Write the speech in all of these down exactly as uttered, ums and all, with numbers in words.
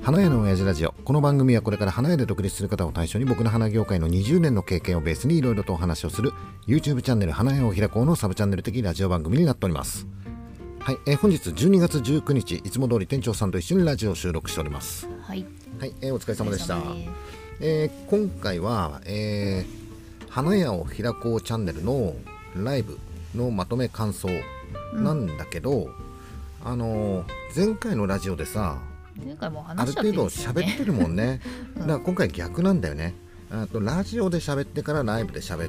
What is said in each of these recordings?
花屋の親父ラジオ。この番組はこれから花屋で独立する方を対象に僕の花業界のにじゅうねんの経験をベースにいろいろとお話をする YouTube チャンネル花屋を開こうのサブチャンネル的ラジオ番組になっております。はい、えー、本日じゅうにがつじゅうくにち、いつも通り店長さんと一緒にラジオを収録しております。 はい、 はい、えー、お疲れ様でした。えー、今回は、えー、花屋を開こうチャンネルのライブのまとめ感想なんだけど、うん、あのー、前回のラジオでさ、 前回もあ話しちゃってる程度るんですよね。 喋ってるもんね。だから今回逆なんだよね。あとラジオで喋ってからライブで喋って、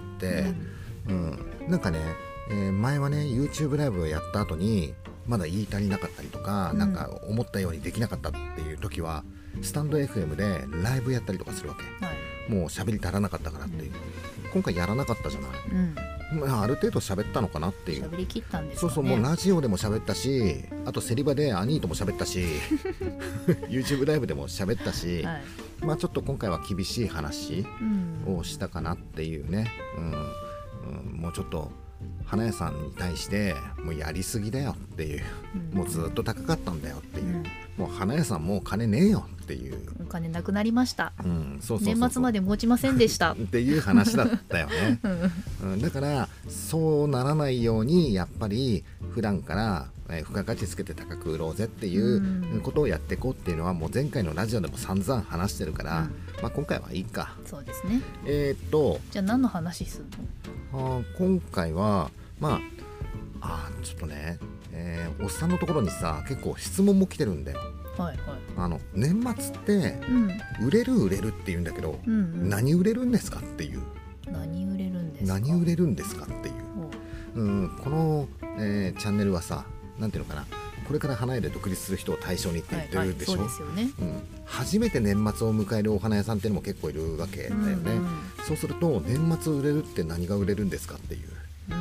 うんうん、なんかね、えー、前はね YouTube ライブをやった後にまだ言い足りなかったりとか、うん、なんか思ったようにできなかったっていう時はスタンド エフエム でライブやったりとかするわけ、はい、もう喋り足らなかったからっていう、うん、今回やらなかったじゃない、うん、まあ、ある程度喋ったのかなっていう。 喋り切ったんですかね。 そうそう、もうラジオでも喋ったし、あとセリバでアニーとも喋ったしYouTube ライブでも喋ったし、はい、まあちょっと今回は厳しい話をしたかなっていうね、うんうん、もうちょっと花屋さんに対してもうやりすぎだよっていう、うん、もうずっと高かったんだよっていう、うん、もう花屋さんもう金ねえよっていう、 お金なくなりました、 うん、そうそうそうそう、 年末まで持ちませんでしたっていう話だったよね、うん、だからそうならないようにやっぱり普段から付加価値つけて高く売ろうぜっていうことをやっていこうっていうのはもう前回のラジオでも散々話してるから、うん、まあ、今回はいいか。 そうですね。 えー、っとじゃあ何の話するの？あ、今回はまああちょっとね、えー、おっさんのところにさ結構質問も来てるんだよ。はいはい、あの年末って、うん、売れる売れるって言うんだけど、うんうん、何売れるんですかっていう。 何売れるんですか？ 何売れるんですかっていう、うん、この、えー、チャンネルはさ、なんていうのかな、これから花屋で独立する人を対象にって言ってるでしょ、はいはい、そうですよね、うん、初めて年末を迎えるお花屋さんっていうのも結構いるわけだよね、うんうん、そうすると年末売れるって何が売れるんですかっていう、うんうん、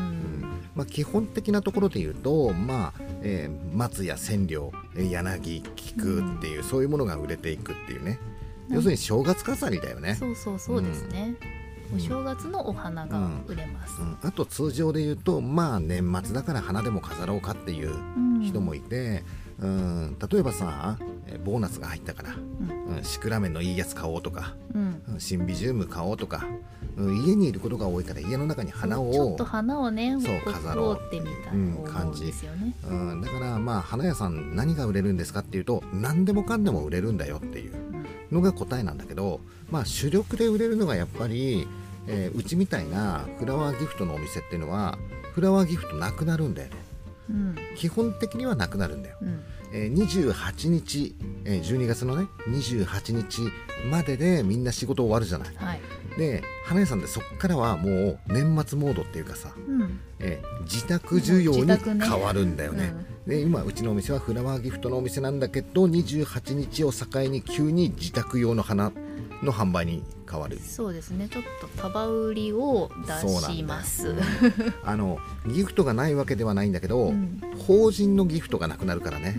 まあ、基本的なところで言うと、まあえー、松や千両、柳、菊っていう、うん、そういうものが売れていくっていうね、うん、要するに正月飾りだよね。 そうそうそうですね、うん、お正月のお花が売れます、 うんうん、あと通常で言うと、まあ年末だから花でも飾ろうかっていう人もいて、うん、例えばさボーナスが入ったから、うんうん、シクラメンのいいやつ買おうとか、うん、シンビジウム買おうとか、うん、家にいることが多いから家の中に花をちょっと花をねそう飾ろうってみたいな感じですよね、 うん、だからまあ花屋さん何が売れるんですかっていうと何でもかんでも売れるんだよっていうのが答えなんだけど、まあ主力で売れるのがやっぱりえー、うちみたいなフラワーギフトのお店っていうのはフラワーギフトなくなるんだよね、うん、基本的にはなくなるんだよ、うん、えー、にじゅうはちにち、えー、じゅうにがつのねにじゅうはちにちまででみんな仕事終わるじゃない、はい、で花屋さんでそっからはもう年末モードっていうかさ、うん、えー、自宅需要に変わるんだよね、うん、で今うちのお店はフラワーギフトのお店なんだけどにじゅうはちにちを境に急に自宅用の花の販売に変わる。 そうですね、ちょっと束売りを出します、うん、 あのギフトがないわけではないんだけど、うん、法人のギフトがなくなるからね、うん、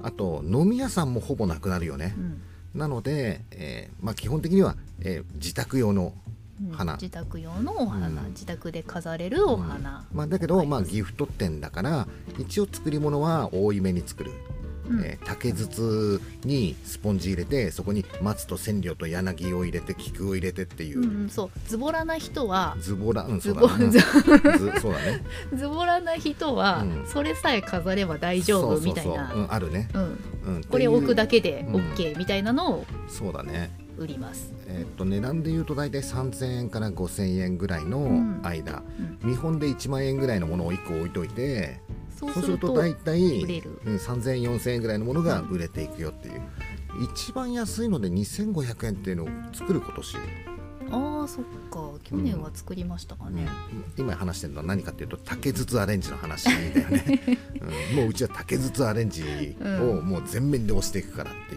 あと飲み屋さんもほぼなくなるよね、うん、なので、えーまあ、基本的には、えー、自宅用の花、 うん、自宅用のお花、うん、自宅で飾れるお花、 うん、まあ、だけど、まあ、ギフト店だから一応作り物は多いめに作る、うん、えー、竹筒にスポンジ入れてそこに松と千両と柳を入れて菊を入れてっていう、 うん、そうズボラな人はズボラ、うん、そうだねズそうだねズボラな人は、うん、それさえ飾れば大丈夫みたいな、 そうそうそう、うん、あるね、うんうん、これ置くだけで OK みたいなのをそうだね売ります。 えー、っと値段でいうと大体さんぜんえんからごせんえんぐらいの間、うんうん、見本でいちまんえんぐらいのものをいっこ置いといて、そうすると大体さんぜんえんよんせんえんぐらいのものが売れていくよっていう、うん、一番安いのでにせんごひゃくえんっていうのを作る今年。 ああそっか、去年は作りましたかね、 うん、今話してるのは何かっていうと竹筒アレンジの話だよね、うん、もううちは竹筒アレンジをもう全面で押していくからっていう、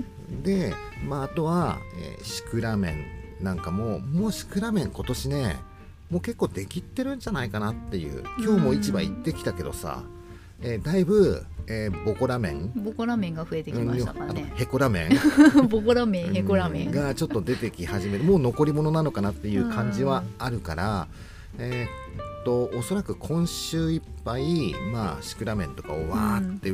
うん、で、まあ、あとは、えー、シクラメンなんかももうシクラメン今年ねもう結構できってるんじゃないかなっていう。今日も市場行ってきたけどさ、えー、だいぶ、えー、ボコラメンボコラメンが増えてきましたからね、 ヘコラメンボコラメンヘコラメンがちょっと出てき始める、もう残り物なのかなっていう感じはあるから、えー、っとおそらく今週いっぱい、まあ、シクラメンとかをわーって売っ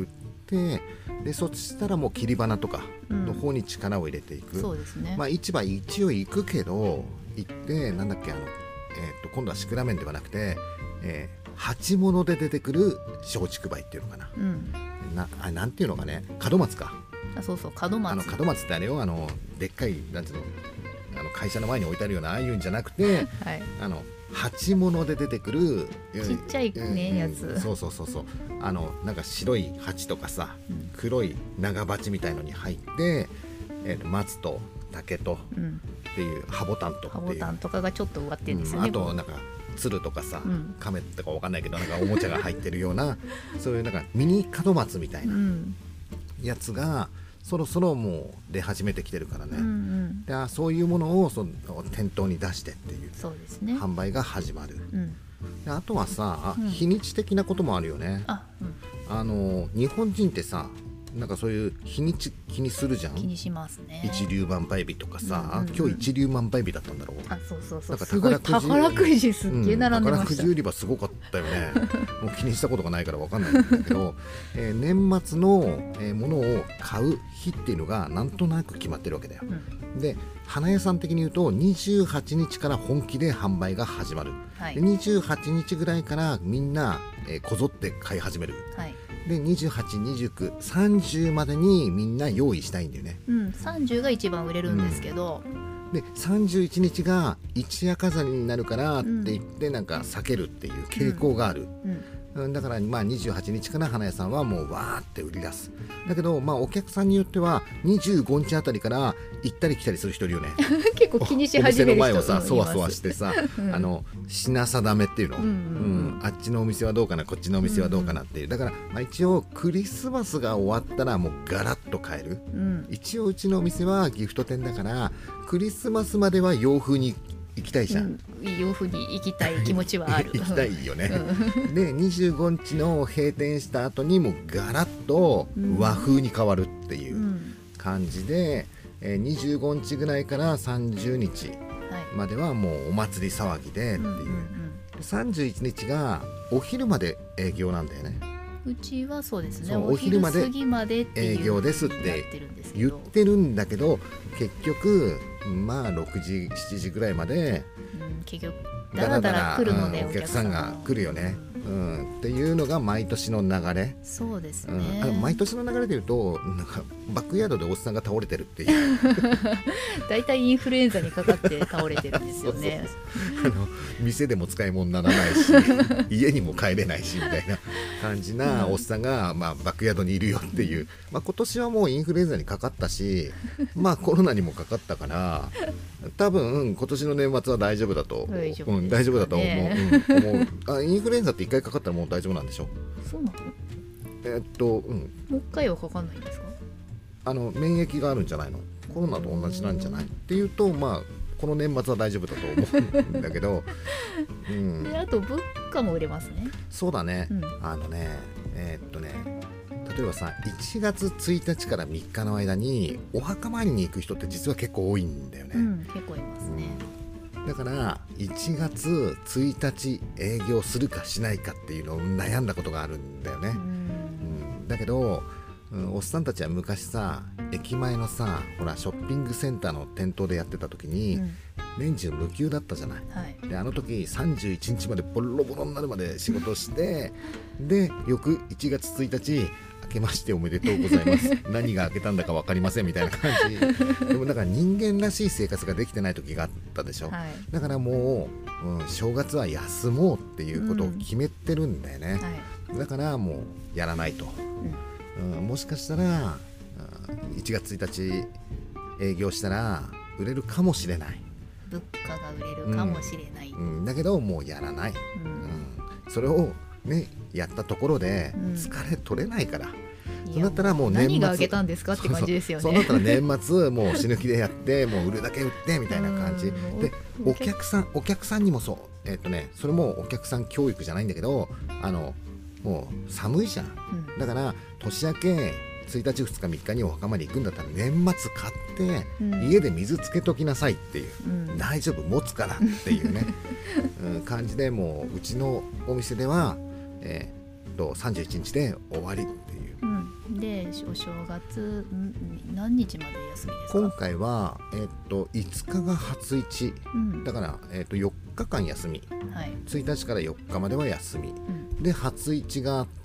て、でそしたらもう切り花とかの方に力を入れていく、 うん、そうですね。 まあ、市場一応行くけど行ってなんだっけあの、えー、と今度はシクラメンではなくて、えー、鉢物で出てくる松竹梅っていうのかな、 うん、なあなんていうのかね門松かあそうそう門松あの門松ってあれよあのでっかいなんていうのあの会社の前に置いてあるようなああいうんじゃなくて、 はい、 あの鉢物で出てくるちっちゃいね、 うん、 やつそうそうそうそうあのなんか白い鉢とかさ、うん、黒い長鉢みたいのに入って、えー、と松と竹とっていう、うん、ハボタンとっていうハボタンとかがちょっと植わってるんですよね、 うん、あとなんか鶴とかさ、うん、亀とかわかんないけどなんかおもちゃが入ってるようなそういうなんかミニ門松みたいなやつがそろそろもう出始めてきてるからね、うんうん、でそういうものをその店頭に出してっていう、 そうですね、 販売が始まる、うん、であとはさ、 うん、 日にち的なこともあるよね。 あ、うん、 あの日本人ってさなんかそういう日にち気にするじゃん。 気にしますね。 一粒万倍日とかさ、 うんうんうん、 今日一粒万倍日だったんだろう。 あ、そうそうそう。 なんかすごい宝くじすっげえ並んでました。 宝くじ売り場すごかったよね。もう気にしたことがないから分かんないんだけど、えー、年末の、えー、ものを買う日っていうのがなんとなく決まってるわけだよ。うん、で花屋さん的に言うとにじゅうはちにちから本気で販売が始まる。はい、でにじゅうはちにちぐらいからみんな、えー、こぞって買い始める。はい、でにじゅうはち、にじゅうく、さんじゅうまでにみんな用意したいんだよね。 うん、さんじゅうが一番売れるんですけど、 うん、でさんじゅういちにちが一夜飾りになるからって言ってなんか避けるっていう傾向がある。うんうんだからまあにじゅうはちにちから花屋さんはもうわーって売り出す。だけどまあお客さんによってはにじゅうごにちあたりから行ったり来たりする人いるよね。 結構気にし始める人お店の前をさそわそわしてさ、うん、あの品定めっていうの、うんうんうん、あっちのお店はどうかなこっちのお店はどうかなっていう、だからまあ一応クリスマスが終わったらもうガラッと変える、うん、一応うちのお店はギフト店だからクリスマスまでは洋風に行きたいじゃん、 うん、洋風に行きたい気持ちはある行きたいよね、うん、でにじゅうごにちの閉店した後にもうガラッと和風に変わるっていう感じで、うん、えー、にじゅうごにちぐらいからさんじゅうにちまではもうお祭り騒ぎでっていう、うんうんうん、さんじゅういちにちがお昼まで営業なんだよね。 うちはそうですね、 お昼まで過ぎまでっていう営業ですって言ってるんだけど結局まあろくじしちじぐらいまで、 うん、結局だらだら来るので、 うん、お客さんが来るよね、うんうん、っていうのが毎年の流れ。 そうですね、 うん、あの毎年の流れでいうとなんかバックヤードでおっさんが倒れてるっていうだいたいインフルエンザにかかって倒れてるんですよね。 そうそうそう、あの店でも使い物にならないし家にも帰れないしみたいな感じなおっさんが、まあ、バックヤードにいるよっていう、まあ、今年はもうインフルエンザにかかったしまあコロナにもかかったから多分今年の年末は大丈夫だと大丈夫、 うん、大丈夫だと思う、うん、思うあインフルエンザっていっかいかかったらもう大丈夫なんでしょ。 そうなの？ えー、っと、うん、 もう一回はかかんないんですか？ あの免疫があるんじゃないの？コロナと同じなんじゃないっていうと、まあこの年末は大丈夫だと思うんだけど、 うん、であと物価も売れますね。 そうだね、うん、あのねえー、っとね例えばさいちがつついたちからみっかの間にお墓参りに行く人って実は結構多いんだよね、 うん、結構いますね、 うん、だからいちがつついたち営業するかしないかっていうのを悩んだことがあるんだよね、うんうん、だけど、うん、おっさんたちは昔さ駅前のさほらショッピングセンターの店頭でやってた時に、うん、年中無休だったじゃない、はい、であの時さんじゅういちにちまでボロボロになるまで仕事してで翌いちがつついたち明けましておめでとうございます何が明けたんだか分かりませんみたいな感じでもだから人間らしい生活ができてない時があったでしょ、はい、だからもう、うん、正月は休もうっていうことを決めてるんだよね、うんはい、だからもうやらないと、うんうん、もしかしたらいちがつついたち営業したら売れるかもしれない、 物価が売れるかもしれない、 うんうん、だけどもうやらない、うんうん、それをねやったところで疲れ取れないから、うん、そうなったらもう年末何があげたんですかって感じですよね。 そうそうそうなったら年末もう死ぬ気でやってもう売るだけ売ってみたいな感じでお客さんお客さんにもそうえっとねそれもお客さん教育じゃないんだけどあのもう寒いじゃん、うん、だから年明けついたちふつかみっかにお墓まで行くんだったら年末買って、うん、家で水つけときなさいっていう、うん、大丈夫持つからっていうね、うん、感じでもううちのお店では、えー、とさんじゅういちにちで終わりっていう、 うん、 でお正月ん何日まで休みですか？ 今回は、えー、といつかが初市、 うん、 だから、えー、とよっかかん休み、 はい、 ついたちからよっかまでは休み、 うん、 で初市があって、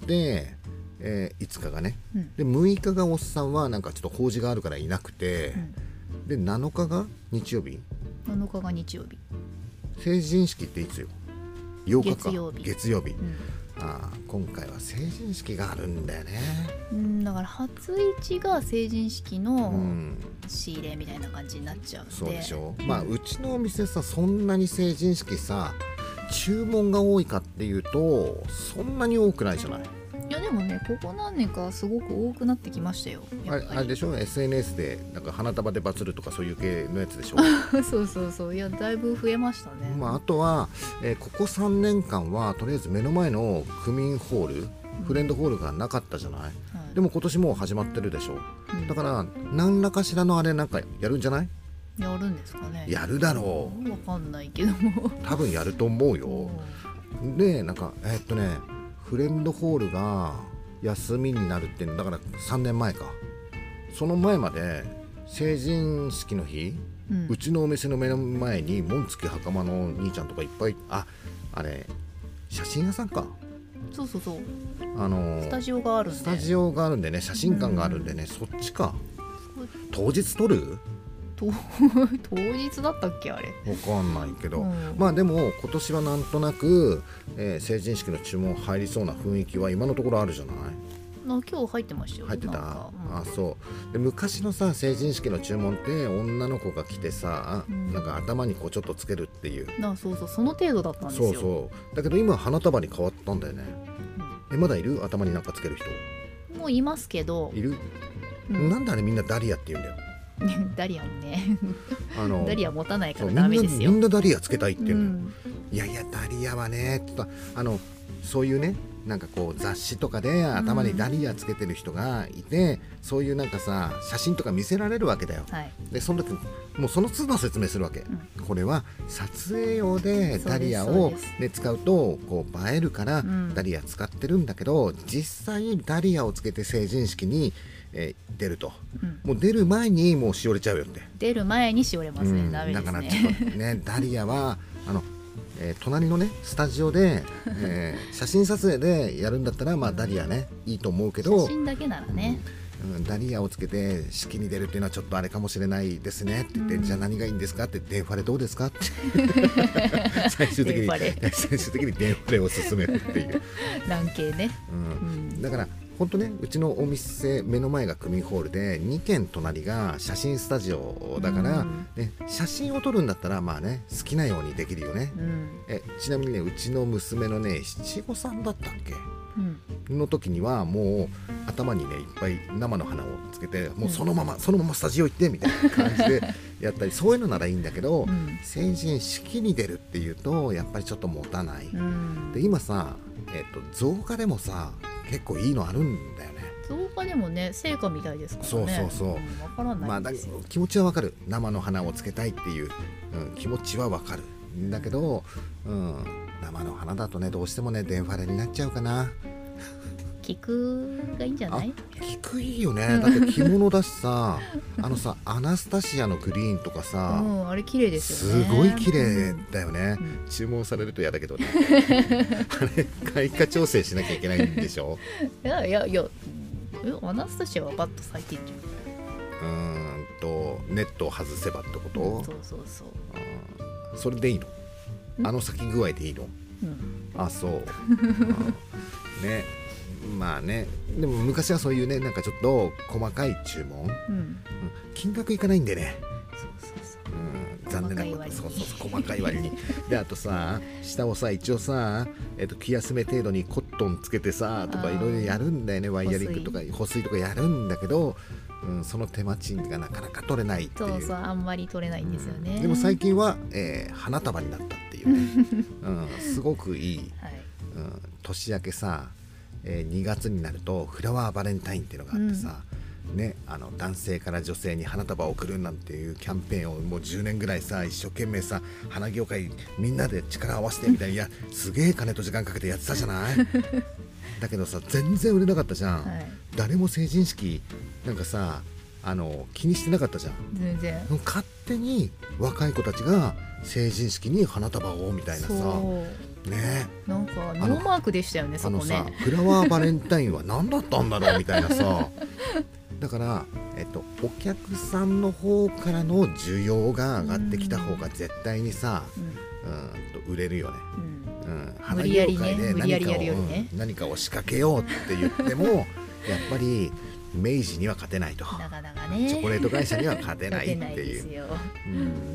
えー、いつかがね、 うん、 でむいかがおっさんはなんかちょっと法事があるからいなくて、うん、でなのかが日曜日、 なのかが日曜日、 成人式っていつよ？ようかか、 月曜日、 月曜日、 うん、 あ今回は成人式があるんだよね。 うん、だから初市が成人式の仕入れみたいな感じになっちゃうんで、 そうでしょ。まあうちのお店さ、そんなに成人式さ注文が多いかっていうとそんなに多くないじゃない。 いやでもね、ここ何年かすごく多くなってきましたよ。 あれ、あれでしょ、 エスエヌエス でなんか花束でバズるとかそういう系のやつでしょそうそうそう、いやだいぶ増えましたね。 まあ、あとは、えーここさんねんかんはとりあえず目の前の区民ホール、フレンドホールがなかったじゃない、はい、でも今年もう始まってるでしょ、うん、だから何らかしらのあれなんかやるんじゃない？ やるんですかね。 やるだろう。わかんないけども多分やると思うよ。でなんかえー、っとねフレンドホールが休みになるっていうのだからさんねんまえか。その前まで成人式の日、うん、うちのお店の目の前に紋付き袴の兄ちゃんとかいっぱい、ああれ写真屋さんか。 そうそうそう、 あのー、 スタジオがあるんでスタジオがあるんでね、写真館があるんでね、うん、そっちか。当日撮る？ 当日だったっけあれ、 わかんないけど、 うん、 まあでも今年はなんとなく、えー、成人式の注文入りそうな雰囲気は今のところあるじゃない。 あ、今日入ってましたよ。 入ってた、うん、あそうで昔のさ成人式の注文って女の子が来てさ、うん、なんか頭にこうちょっとつけるっていう、 あそうそう、その程度だったんですよ。 そうそうだけど今花束に変わったんだよね、うん、えまだいる？頭になんかつける人もういますけど。 いる、うん、なんであれみんなダリアって言うんだよダリアもねあのダリア持たないからダメですよ。 みんなダリアつけたいって言うのよ、うん、いやいやダリアはねちょっとあのそういうねなんかこう雑誌とかで頭にダリアつけてる人がいて、うん、そういうなんかさ写真とか見せられるわけだよ、はい、でその時もうその都度説明するわけ、うん、これは撮影用でダリアを、ね、使うとこう映えるからダリア使ってるんだけど、うん、実際ダリアをつけて成人式にえー、出ると、うん、もう出る前にもうしおれちゃうよって。 出る前にしおれますね、うん、ダメですね。だからちょっとねダリアはあの、えー、隣のねスタジオで、えー、写真撮影でやるんだったらまあダリアねいいと思うけど、 写真だけならね、 うん、ダリアをつけて式に出るっていうのはちょっとあれかもしれないですねって言って、うん、じゃあ何がいいんですかって電話でどうですかって最終的に最終的に電話でを勧めるっていうラン系ね、 うんうん、だから本当ねうちのお店目の前が区民ホールでにけん隣が写真スタジオだから、うんね、写真を撮るんだったらまあね好きなようにできるよね、うん、えちなみにねうちの娘のね七五三だったっけ、うん、の時にはもう頭にねいっぱい生の花をつけてもうそのまま、うん、そのままスタジオ行ってみたいな感じでやったりそういうのならいいんだけど、うん、成人式に出るっていうとやっぱりちょっと持たない、うん、で今さ、えーと、造花でもさ結構いいのあるんだよね。 造花でもね成果みたいですからね。 そうそうそう、うん、 分からないんですよ、 まあ、気持ちは分かる。生の花をつけたいっていう、うん、気持ちは分かるんだけど、うん、生の花だとねどうしてもね電話になっちゃうかな。 菊がいいんじゃない？ 菊いいよね。だって着物だしさあのさアナスタシアのグリーンとかさ、 うん、あれ綺麗ですよね。 すごい綺麗だよね、うん、注文されると嫌だけどねあれ開花調整しなきゃいけないんでしょいやいやいやアナスタシアはバッと咲いてるじゃん。うーんとネットを外せばってこと、 うん、そうそうそう。 あそれでいいの？あの咲き具合でいいの？うん、あそうあねまあねでも昔はそういうねなんかちょっと細かい注文、うんうん、金額いかないんでね。 そうそうそう、 うん、残念なことそうそうそう細かい割にであとさ下をさ一応さ、えー、と気休め程度にコットンつけてさとかいろいろやるんだよね。ワイヤリングとか保水とかやるんだけど、うん、その手間賃がなかなか取れないっていう。 そうそうあんまり取れないんですよね、 うん、でも最近は、えー、花束になったっていうね、うん、すごくいい、はいうん、年明けさえー、にがつになるとフラワーバレンタインっていうのがあってさ、うんね、あの男性から女性に花束を贈るなんていうキャンペーンをもうじゅうねんぐらいさ一生懸命さ花業界みんなで力を合わせてみたいないやすげえ金と時間かけてやってたじゃないだけどさ全然売れなかったじゃん、はい、 誰も成人式なんかさあの気にしてなかったじゃん。 全然勝手に若い子たちが成人式に花束をみたいなさね、 なんかノーマークでしたよねそこね。 あのさフラワーバレンタインは何だったんだろうみたいなさだから、えっと、お客さんの方からの需要が上がってきた方が絶対にさ、うん、うんと売れるよね。うんうん、花業界で何かを、ねうん、何かを仕掛けようって言ってもやっぱり明治には勝てないと、 なかなかね、 チョコレート会社には勝てないっていう、うん、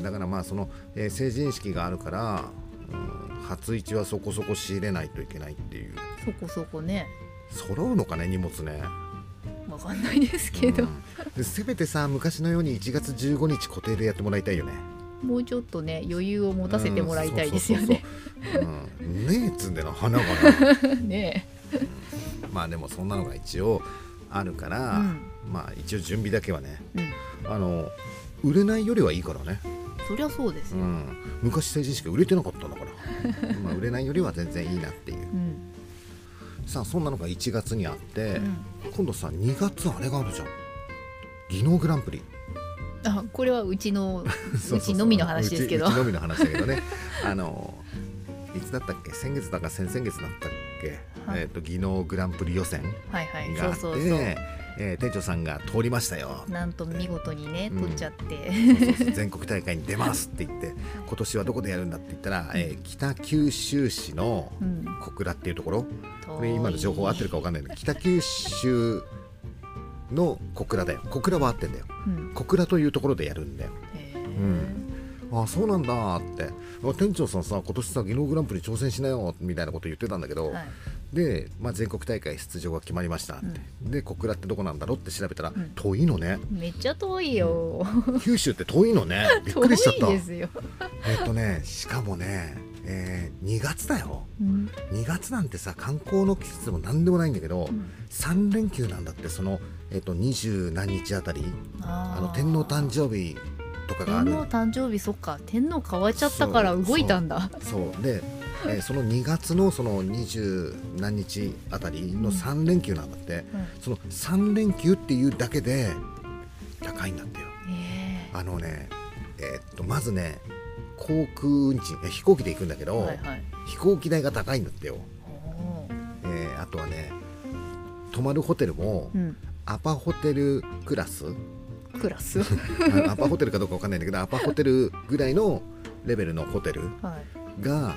だからまあその、えー、成人式があるから、うん、初市はそこそこ仕入れないといけないっていう。 そこそこね揃うのかね荷物ね、 わかんないですけど、うん、 でせめてさ昔のようにいちがつじゅうごにち固定でやってもらいたいよね。 もうちょっとね余裕を持たせてもらいたいですよね。 ねえつんでの花がねえ、うん、まあでもそんなのが一応あるから、うん、まあ一応準備だけはね、うん、あの売れないよりはいいからね。 そりゃそうですよ、うん、 昔成人式売れてなかったんだからまあ売れないよりは全然いいなっていう、うん、さあそんなのがいちがつにあって、うん、今度さにがつあれがあるじゃん、技能グランプリ。 あ、これはうちのうちのみの話ですけど、 うちのみの話だけどねあのいつだったっけ、先月だか先々月だったっけ、はい、えーと技能グランプリ予選があってえー、店長さんが通りましたよ、 なんと見事にね、うん、取っちゃってそうそうそう全国大会に出ますって言って今年はどこでやるんだって言ったら、うん、えー、北九州市の小倉っていうところ、うん、これ今の情報合ってるか分かんないんだけど北九州の小倉だよ。小倉は合ってんだよ、うん、小倉というところでやるんだよ。へー、うん、あそうなんだって、店長さんさ今年さ技能グランプリ挑戦しなよみたいなこと言ってたんだけど、はい、で、まあ、全国大会出場が決まりましたって、うん、で小倉ってどこなんだろうって調べたら、うん、遠いのね。 めっちゃ遠いよ、 うん、九州って遠いのねびっくりしちゃった。 遠いですよえっとねしかもね、えー、にがつだよ、うん、にがつなんてさ観光の季節でもなんでもないんだけど、うん、さんれんきゅうなんだって。その、えー、とにじゅう何日あたりああの天皇誕生日とかがある。 天皇誕生日、そっか、天皇変わっちゃったから動いたんだ。 そう、そうで、えー、そのにがつのそのにじゅう何日あたりのさんれんきゅうなんだって、うん、そのさんれんきゅうっていうだけで高いんだってよ、えー、あのね、えー、っとまずね航空運賃、飛行機で行くんだけど、はいはい、飛行機代が高いんだってよ、えー、あとはね泊まるホテルも、うん、アパホテルクラスクラスアパホテルかどうか分かんないんだけどアパホテルぐらいのレベルのホテルが、はい、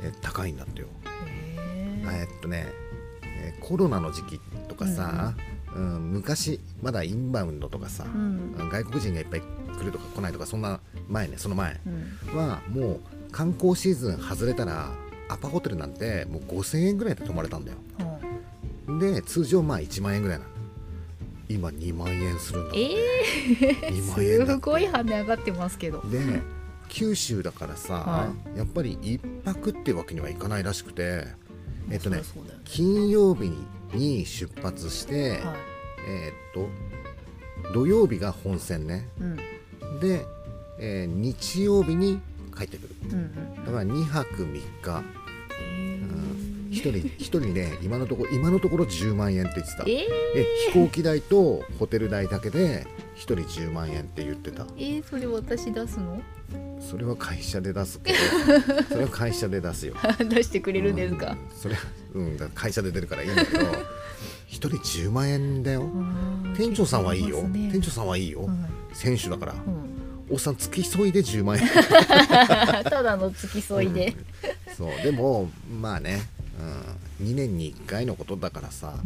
え高いんだってよ。えっとね、えー、コロナの時期とかさ、うんうん、昔まだインバウンドとかさ、うん、外国人がいっぱい来るとか来ないとかそんな前ね、その前はもう観光シーズン外れたらアパホテルなんてもうごせんえんぐらいで泊まれたんだよ、うん、で通常まあいちまんえんぐらいなの。今にまんえんするんだって、 えー、にまんえんだって。すごい跳ね上がってますけど。 で九州だからさ、はい、やっぱり一泊ってわけにはいかないらしくて、えっとね、ね金曜日に出発して、はい、えー、っと土曜日が本線ね、うん、で、えー、日曜日に帰ってくる、うんうん、だからにはくみっか、うん、ひとりひとりね今のところ今のところじゅうまんえんって言ってた、えー、え飛行機代とホテル代だけでひとりじゅうまんえんって言ってた。 えー、それ私出すの？それは会社で出すけどそれは会社で出すよ出してくれるんですか？ うん、それは、うん、だ会社で出るからいいんだけどひとりじゅうまんえんだよ。店長さんはいいよ、ね、店長さんはいいよ、うん、選手だから、うん、おっさん付き添いでじゅうまんえんただの付き添いで、 うん、そうでもまあね、うん、にねんにいっかいのことだからさ、うん、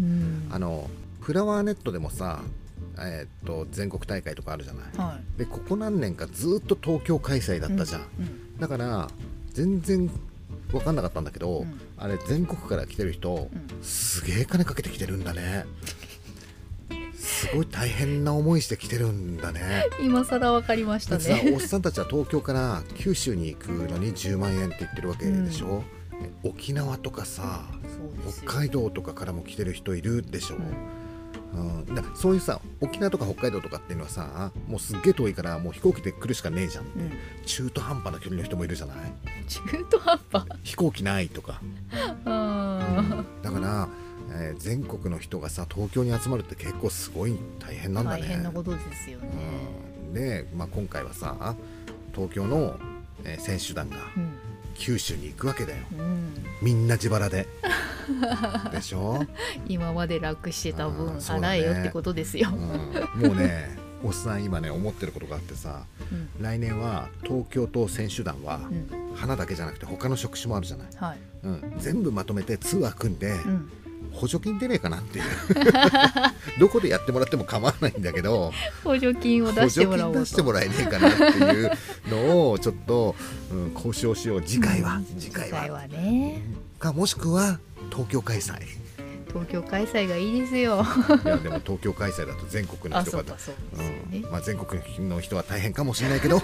あのフラワーネットでもさえー、と全国大会とかあるじゃない、はい、でここ何年かずっと東京開催だったじゃん、うんうん、だから全然分かんなかったんだけど、うん、あれ全国から来てる人、うん、すげえ金かけてきてるんだねすごい大変な思いして来てるんだね今更分かりましたね。 だってさおっさんたちは東京から九州に行くのにじゅうまんえんって言ってるわけでしょ、うん、沖縄とかさ北海道とかからも来てる人いるでしょ、うんうん、だそういうさ沖縄とか北海道とかっていうのはさもうすっげえ遠いからもう飛行機で来るしかねえじゃん、うん、中途半端な距離の人もいるじゃない。 中途半端飛行機ないとか、うん、だから、 えー、全国の人がさ東京に集まるって結構すごい大変なんだね。 大変なことですよね。 うん、で、まあ、今回はさ東京の、えー、選手団が九州に行くわけだよ、うん、みんな自腹ででしょ。 今まで楽してた分払えよってことですよ、 うん、もうねおっさん今ね思ってることがあってさ、うん、来年は東京都選手団は、うん、花だけじゃなくて他の職種もあるじゃない、はい、うん、全部まとめてツアー組んで、うん、補助金出ねえかなっていうどこでやってもらっても構わないんだけど補助金を出してもらおうと、 補助金出してもらえねえかなっていうのをちょっと、うん、交渉しよう次回は、うん、次回は、 次回はね、 かもしくは東京開催。 東京開催がいいですよいやでも東京開催だと全国の人が、うん、まあ、全国の人は大変かもしれないけど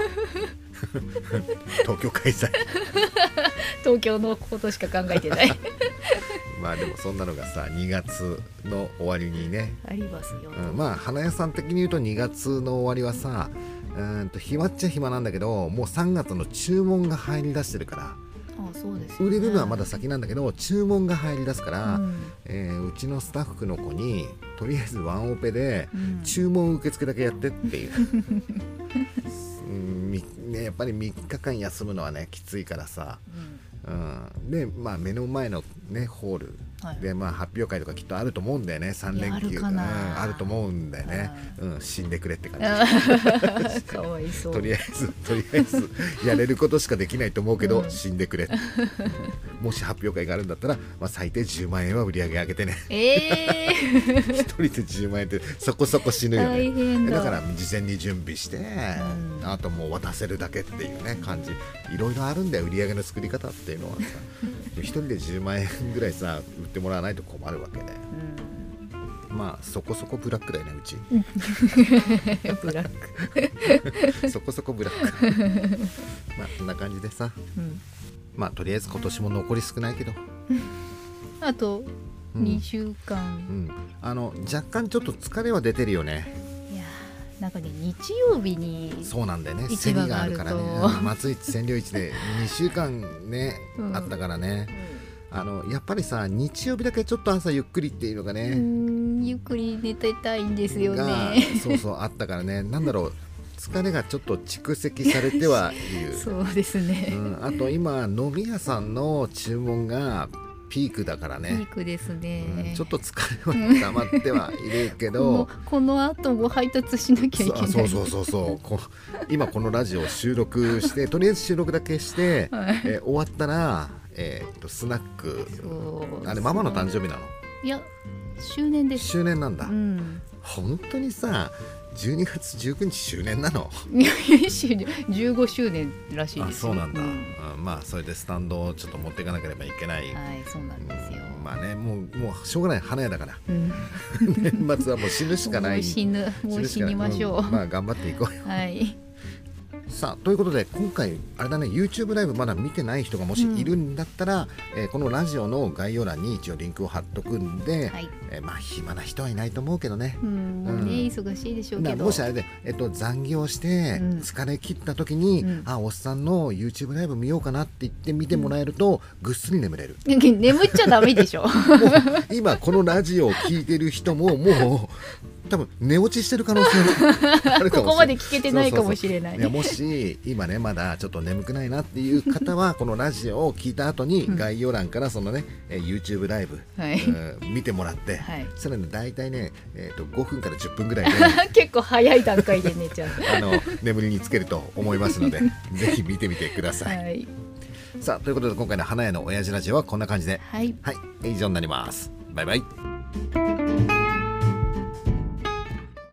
東京開催東京のことしか考えてないまあでもそんなのがさにがつの終わりにねありますよ、 うん、まあ花屋さん的に言うとにがつの終わりはさうんと暇っちゃ暇なんだけどもうさんがつの注文が入り出してるから、 ああそうですね、 売れるのはまだ先なんだけど注文が入り出すから、うん、えー、うちのスタッフの子にとりあえずワンオペで注文受付だけやってっていう、うんね、やっぱりみっかかん休むのはねきついからさ、うんうん、で、まあ、目の前の、ね、ホールで、まあ、発表会とかきっとあると思うんだよね。さん連休 ある、うん、あると思うんだよね、うん、死んでくれって感じかわいそう。 とりあえずとりあえずやれることしかできないと思うけど、うん、死んでくれもし発表会があるんだったら、まあ、最低じゅうまんえんは売り上げ上げてね、 えー、 一人でじゅうまんえんってそこそこ死ぬよね。 だ, だから事前に準備して、うん、あともう渡せるだけっていうね感じ。いろいろあるんだよ売り上げの作り方っていうのはさ一人でじゅうまんえんぐらいさ売ってもらわないと困るわけで、うん、まあそこそこブラックだよねうちブラックそこそこブラックまあこんな感じでさ、うん、まあとりあえず今年も残り少ないけどあとにしゅうかん、うんうん、あの若干ちょっと疲れは出てるよね。 なんかね日曜日にそうなんだよね競りがあるからね松市千両市でにしゅうかんね、うん、あったからね、うん、あのやっぱりさ日曜日だけちょっと朝ゆっくりっていうのがね、 うん、ゆっくり寝てたいんですよね。 そうそうあったからねなんだろう疲れがちょっと蓄積されてはいるそうですね、 うん、あと今飲み屋さんの注文がピークだからね。 ピークですね、 うん、ちょっと疲れは溜まってはいるけどこの、この後も配達しなきゃいけない。 そうそうそうそうこ今このラジオを収録してとりあえず収録だけして、はい、えー、終わったら、えー、っとスナックあれママの誕生日なの？ いや周年です。 周年なんだ、 うん、 本当にさじゅうにがつじゅうくにち周年なのじゅうごしゅうねんらしいですよ。 あそうなんだ、うん、まあそれでスタンドをちょっと持っていかなければいけない。 はいそうなんですよ、 うん、まあねもうもうしょうがない花屋だから、うん、年末はもう死ぬしかない。 もう死ぬもう死にましょう、 うん、まあ頑張っていこうよはいさあということで今回あれだね YouTube ライブまだ見てない人がもしいるんだったら、うんえー、このラジオの概要欄に一応リンクを貼っとくんで、はいえー、まあ暇な人はいないと思うけどね、 うんもうね、うん、忙しいでしょうけどもしあれで、えっと、残業して疲れ切った時に、うん、あおっさんの YouTube ライブ見ようかなって言って見てもらえると、うん、ぐっすり眠れる。 眠っちゃダメでしょもう今このラジオを聞いてる人ももう多分寝落ちしてる可能性もあるかもしれないここまで聞けてないかもしれない。 そうそうそういやもし今ねまだちょっと眠くないなっていう方はこのラジオを聞いた後に概要欄からそのね、うん、YouTube ライブ、はい、見てもらって、はい、それね大体ね、えー、とごふんからじゅっぷんぐらいで結構早い段階で寝ちゃうあの眠りにつけると思いますのでぜひ見てみてください、はい、さあということで今回の花屋の親父ラジオはこんな感じで、 はい、 はい、以上になります。バイバイ。